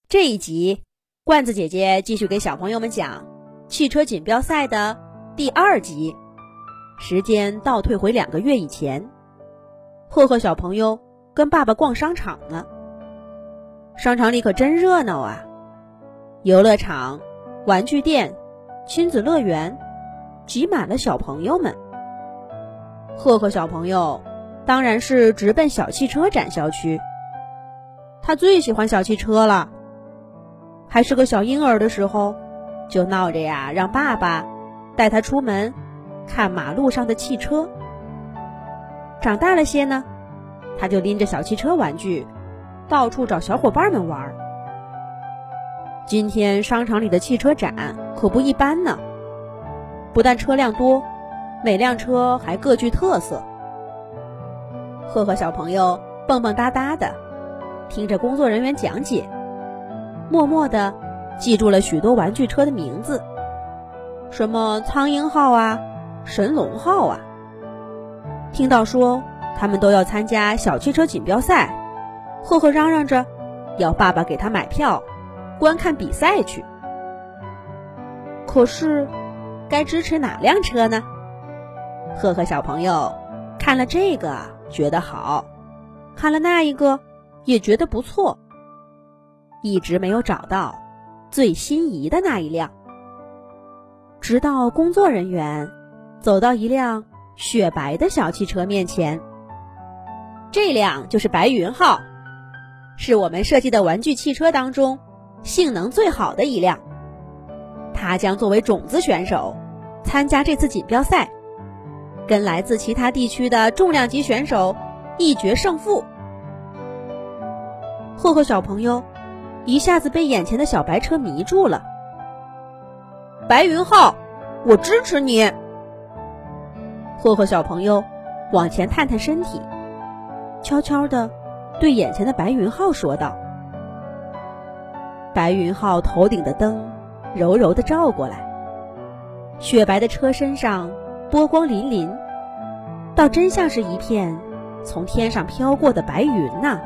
这一集，罐子姐姐继续给小朋友们讲汽车锦标赛的第2集。时间倒退回2个月以前，赫赫小朋友跟爸爸逛商场呢。商场里可真热闹啊！游乐场、玩具店、亲子乐园，挤满了小朋友们。赫赫小朋友当然是直奔小汽车展销区，他最喜欢小汽车了。还是个小婴儿的时候，就闹着呀让爸爸带他出门看马路上的汽车。长大了些呢，他就拎着小汽车玩具到处找小伙伴们玩。今天商场里的汽车展可不一般呢，不但车辆多，每辆车还各具特色。赫赫小朋友蹦蹦哒哒的听着工作人员讲解，默默地记住了许多玩具车的名字，什么苍鹰号啊，神龙号啊。听到说他们都要参加小汽车锦标赛，赫赫嚷嚷着要爸爸给他买票观看比赛去。可是该支持哪辆车呢？赫赫小朋友看了这个觉得好，看了那一个也觉得不错，一直没有找到最心仪的那一辆。直到工作人员走到一辆雪白的小汽车面前，这辆就是白云号，是我们设计的玩具汽车当中性能最好的一辆。它将作为种子选手参加这次锦标赛，跟来自其他地区的重量级选手一决胜负。赫赫小朋友一下子被眼前的小白车迷住了。白云号，我支持你！赫赫小朋友往前探探身体，悄悄地对眼前的白云号说道。白云号头顶的灯柔柔地照过来，雪白的车身上波光粼粼，倒真像是一片从天上飘过的白云呐。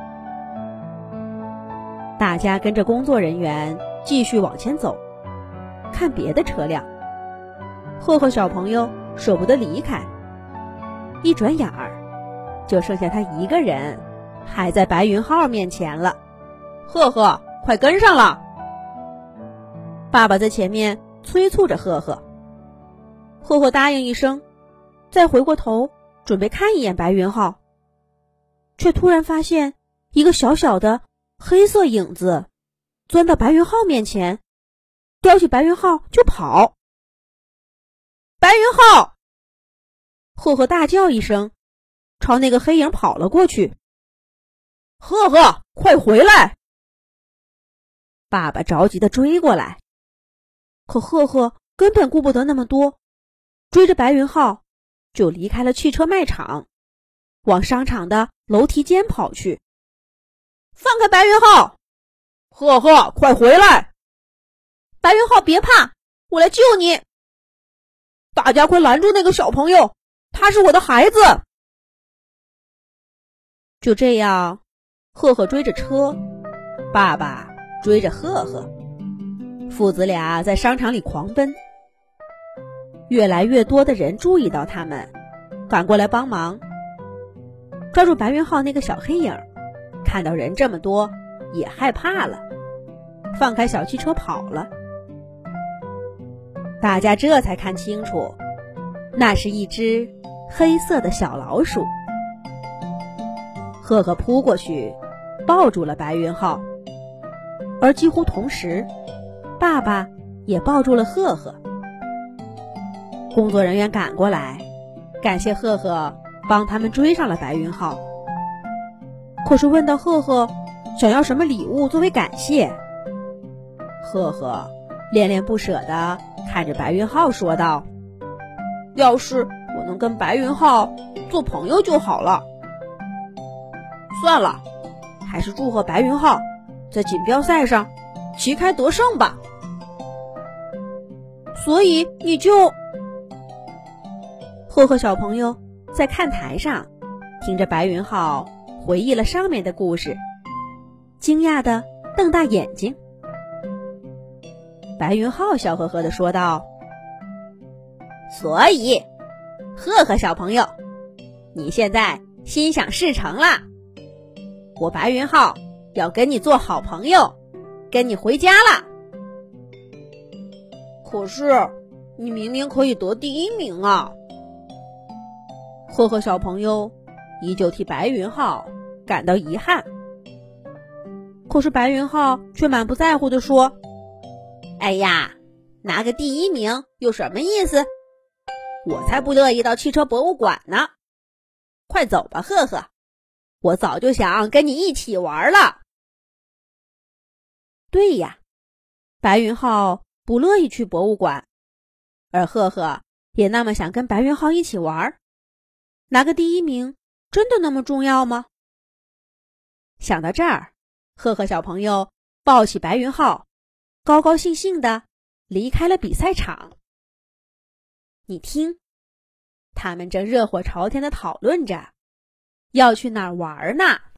大家跟着工作人员继续往前走，看别的车辆。赫赫小朋友舍不得离开，一转眼儿就剩下他一个人还在白云号面前了。赫赫，快跟上了！爸爸在前面催促着赫赫。赫赫答应一声，再回过头准备看一眼白云号，却突然发现一个小小的黑色影子钻到白云号面前，叼起白云号就跑。白云号！赫赫大叫一声，朝那个黑影跑了过去。赫赫，快回来！爸爸着急地追过来，可赫赫根本顾不得那么多，追着白云号就离开了汽车卖场，往商场的楼梯间跑去。放开白云号！赫赫，快回来！白云号别怕，我来救你！大家快拦住那个小朋友，他是我的孩子！就这样，赫赫追着车，爸爸追着赫赫，父子俩在商场里狂奔。越来越多的人注意到他们，赶过来帮忙。抓住白云号那个小黑影，看到人这么多也害怕了，放开小汽车跑了。大家这才看清楚，那是一只黑色的小老鼠。赫赫扑过去抱住了白云号，而几乎同时，爸爸也抱住了赫赫。工作人员赶过来，感谢赫赫帮他们追上了白云号。可是问到赫赫想要什么礼物作为感谢，赫赫恋恋不舍地看着白云号说道：要是我能跟白云号做朋友就好了。算了，还是祝贺白云号在锦标赛上旗开得胜吧。所以你就……赫赫小朋友在看台上听着白云号回忆了上面的故事，惊讶地瞪大眼睛。 白云浩笑呵呵地说道：所以，赫赫小朋友，你现在心想事成啦！我白云浩要跟你做好朋友，跟你回家啦！可是，你明明可以得第1名啊！赫赫小朋友依旧替白云浩感到遗憾。可是白云浩却满不在乎地说：哎呀，拿个第1名有什么意思？我才不乐意到汽车博物馆呢！快走吧，赫赫，我早就想跟你一起玩了。对呀，白云浩不乐意去博物馆，而赫赫也那么想跟白云浩一起玩。拿个第1名真的那么重要吗？想到这儿，赫赫小朋友抱起白云浩，高高兴兴地离开了比赛场。你听，他们正热火朝天地讨论着要去哪儿玩呢。